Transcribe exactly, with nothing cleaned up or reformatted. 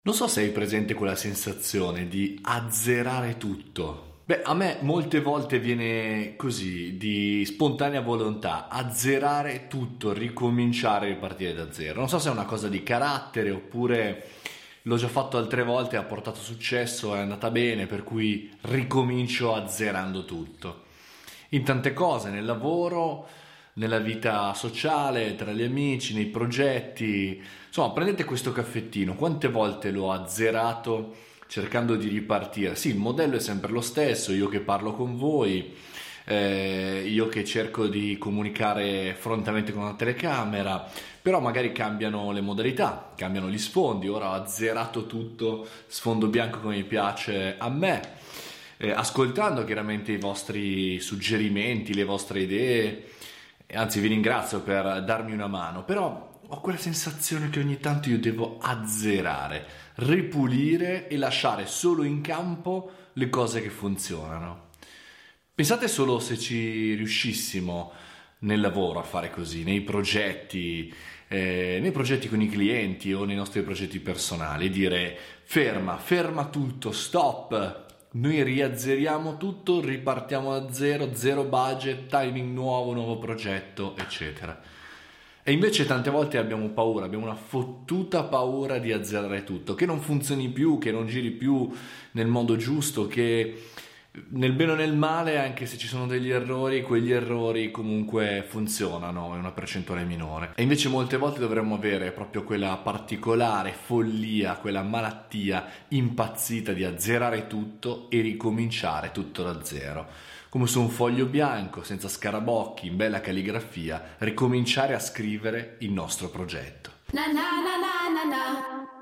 Non so se hai presente quella sensazione di azzerare tutto. Beh, a me molte volte viene così, di spontanea volontà, azzerare tutto, ricominciare a ripartire da zero. Non so se è una cosa di carattere oppure l'ho già fatto altre volte, ha portato successo, è andata bene, per cui ricomincio azzerando tutto. In tante cose, nel lavoro, nella vita sociale, tra gli amici, nei progetti. Insomma, prendete questo caffettino, quante volte l'ho azzerato cercando di ripartire? Sì, il modello è sempre lo stesso, io che parlo con voi, eh, io che cerco di comunicare frontalmente con una telecamera, però magari cambiano le modalità, cambiano gli sfondi. Ora ho azzerato tutto, sfondo bianco come mi piace a me, eh, ascoltando chiaramente i vostri suggerimenti, le vostre idee. Anzi, vi ringrazio per darmi una mano, però ho quella sensazione che ogni tanto io devo azzerare, ripulire e lasciare solo in campo le cose che funzionano. Pensate solo se ci riuscissimo nel lavoro a fare così, nei progetti, eh, nei progetti con i clienti o nei nostri progetti personali, dire ferma, ferma tutto, stop. Noi riazzeriamo tutto, ripartiamo da zero, zero budget, timing nuovo, nuovo progetto, eccetera. E invece tante volte abbiamo paura, abbiamo una fottuta paura di azzerare tutto, che non funzioni più, che non giri più nel modo giusto, che nel bene o nel male, anche se ci sono degli errori, quegli errori comunque funzionano, è una percentuale minore. E invece molte volte dovremmo avere proprio quella particolare follia, quella malattia impazzita di azzerare tutto e ricominciare tutto da zero. Come su un foglio bianco, senza scarabocchi, in bella calligrafia, ricominciare a scrivere il nostro progetto. Na na na na na na.